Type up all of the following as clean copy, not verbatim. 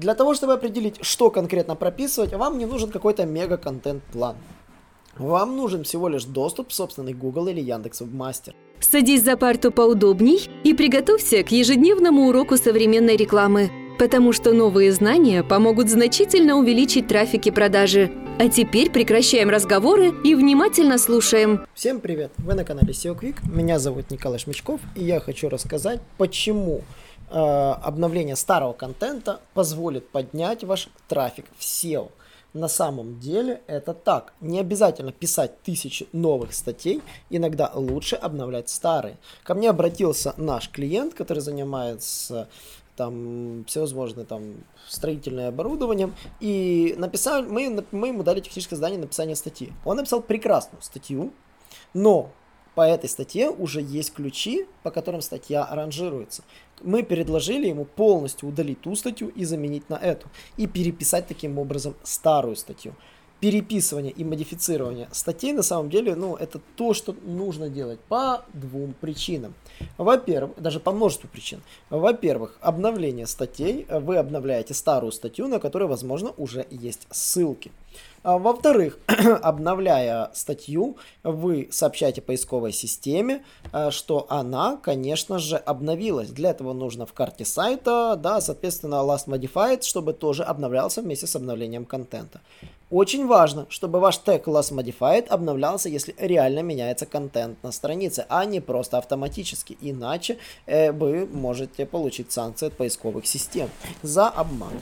Для того, чтобы определить, что конкретно прописывать, вам не нужен какой-то мега-контент-план. Вам нужен всего лишь доступ в собственный Google или Яндекс Webmaster. Садись за парту поудобней и приготовься к ежедневному уроку современной рекламы, потому что новые знания помогут значительно увеличить трафик и продажи. А теперь прекращаем разговоры и внимательно слушаем. Всем привет! Вы на канале SEO Quick. Меня зовут Николай Шмычков, и я хочу рассказать, почему обновление старого контента позволит поднять ваш трафик в SEO. На самом деле это так. Не обязательно писать 1000 новых статей, иногда лучше обновлять старые. Ко мне обратился наш клиент, который занимается всевозможным строительным оборудованием, и мы ему дали техническое задание написания статьи. Он написал прекрасную статью, но по этой статье уже есть ключи, по которым статья ранжируется. Мы предложили ему полностью удалить ту статью и заменить на эту. И переписать таким образом старую статью. Переписывание и модифицирование статей на самом деле, это то, что нужно делать по двум причинам. Во-первых, даже по множеству причин. Во-первых, обновление статей. Вы обновляете старую статью, на которой, возможно, уже есть ссылки. Во-вторых, обновляя статью, вы сообщаете поисковой системе, что она, конечно же, обновилась. Для этого нужно в карте сайта, соответственно, last modified, чтобы тоже обновлялся вместе с обновлением контента. Очень важно, чтобы ваш тег last modified обновлялся, если реально меняется контент на странице, а не просто автоматически. Иначе вы можете получить санкции от поисковых систем за обман.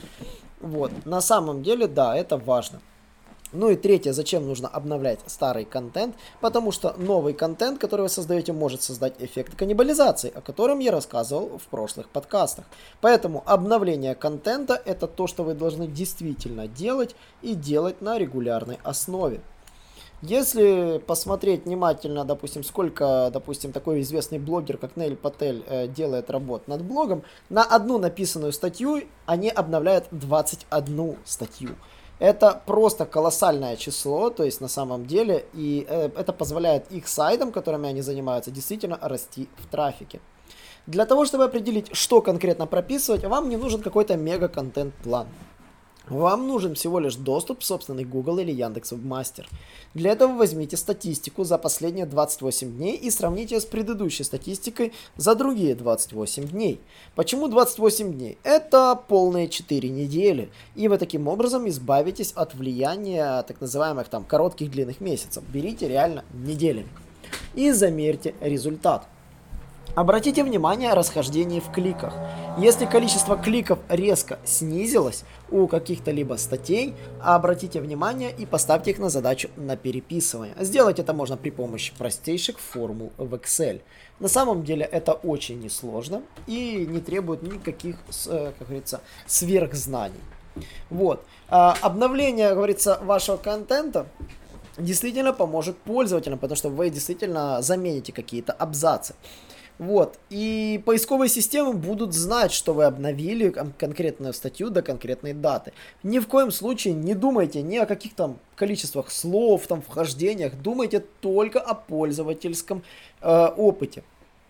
На самом деле, это важно. И третье, зачем нужно обновлять старый контент? Потому что новый контент, который вы создаете, может создать эффект каннибализации, о котором я рассказывал в прошлых подкастах. Поэтому обновление контента — это то, что вы должны действительно делать и делать на регулярной основе. Если посмотреть внимательно, сколько, такой известный блогер, как Нейль Патель, делает работ над блогом, на одну написанную статью они обновляют 21 статью. Это просто колоссальное число, то есть на самом деле, и это позволяет их сайтам, которыми они занимаются, действительно расти в трафике. Для того, чтобы определить, что конкретно прописывать, вам не нужен какой-то мега-контент-план. Вам нужен всего лишь доступ в собственный Google или Яндекс Webmaster. Для этого возьмите статистику за последние 28 дней и сравните ее с предыдущей статистикой за другие 28 дней. Почему 28 дней? Это полные 4 недели. И вы таким образом избавитесь от влияния так называемых коротких длинных месяцев. Берите реально неделями. И замерьте результат. Обратите внимание о расхождении в кликах. Если количество кликов резко снизилось у каких-то либо статей, обратите внимание и поставьте их на задачу на переписывание. Сделать это можно при помощи простейших формул в Excel. На самом деле это очень несложно и не требует никаких, как говорится, сверхзнаний. Обновление, как говорится, вашего контента действительно поможет пользователям, потому что вы действительно замените какие-то абзацы. И поисковые системы будут знать, что вы обновили конкретную статью до конкретной даты. Ни в коем случае не думайте ни о каких количествах слов, вхождениях, думайте только о пользовательском опыте.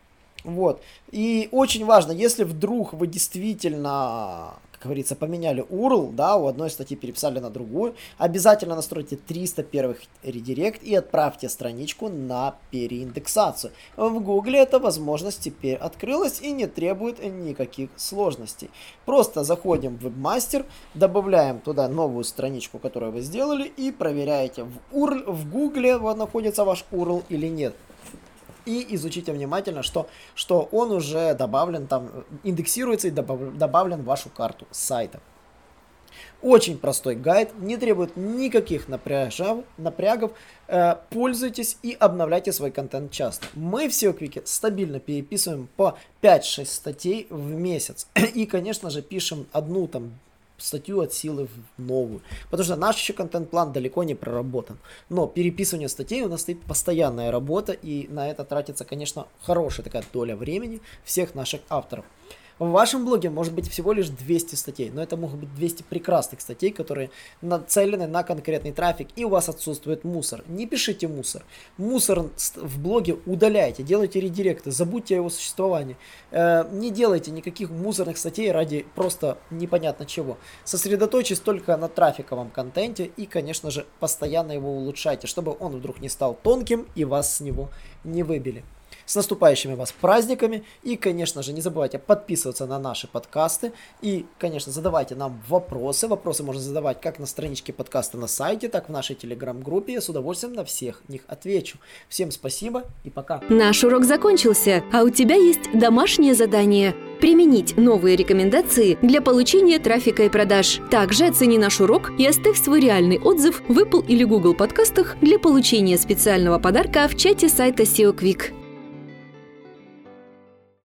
И очень важно, если вдруг вы действительно, как говорится, поменяли URL, у одной статьи переписали на другую, обязательно настройте 300 первых редирект и отправьте страничку на переиндексацию. В Google эта возможность теперь открылась и не требует никаких сложностей. Просто заходим в Webmaster, добавляем туда новую страничку, которую вы сделали, и проверяете, в Google находится ваш URL или нет. И изучите внимательно, что он уже добавлен, индексируется и добавлен в вашу карту сайта. Очень простой гайд, не требует никаких напрягов. Пользуйтесь и обновляйте свой контент часто. Мы в SEO Quick стабильно переписываем по 5-6 статей в месяц. И, конечно же, пишем одну статью от силы в новую. Потому что наш еще контент-план далеко не проработан. Но переписывание статей у нас стоит постоянная работа, и на это тратится, конечно, хорошая такая доля времени всех наших авторов. В вашем блоге может быть всего лишь 200 статей, но это могут быть 200 прекрасных статей, которые нацелены на конкретный трафик, и у вас отсутствует мусор. Не пишите мусор. Мусор в блоге удаляйте, делайте редиректы, забудьте о его существовании. Не делайте никаких мусорных статей ради просто непонятно чего. Сосредоточьтесь только на трафиковом контенте и, конечно же, постоянно его улучшайте, чтобы он вдруг не стал тонким и вас с него не выбили. С наступающими вас праздниками. И, конечно же, не забывайте подписываться на наши подкасты. И, конечно, задавайте нам вопросы. Вопросы можно задавать как на страничке подкаста на сайте, так и в нашей телеграм-группе. Я с удовольствием на всех них отвечу. Всем спасибо и пока. Наш урок закончился, а у тебя есть домашнее задание – применить новые рекомендации для получения трафика и продаж. Также оцени наш урок и оставь свой реальный отзыв в Apple или Google подкастах для получения специального подарка в чате сайта SEO Quick.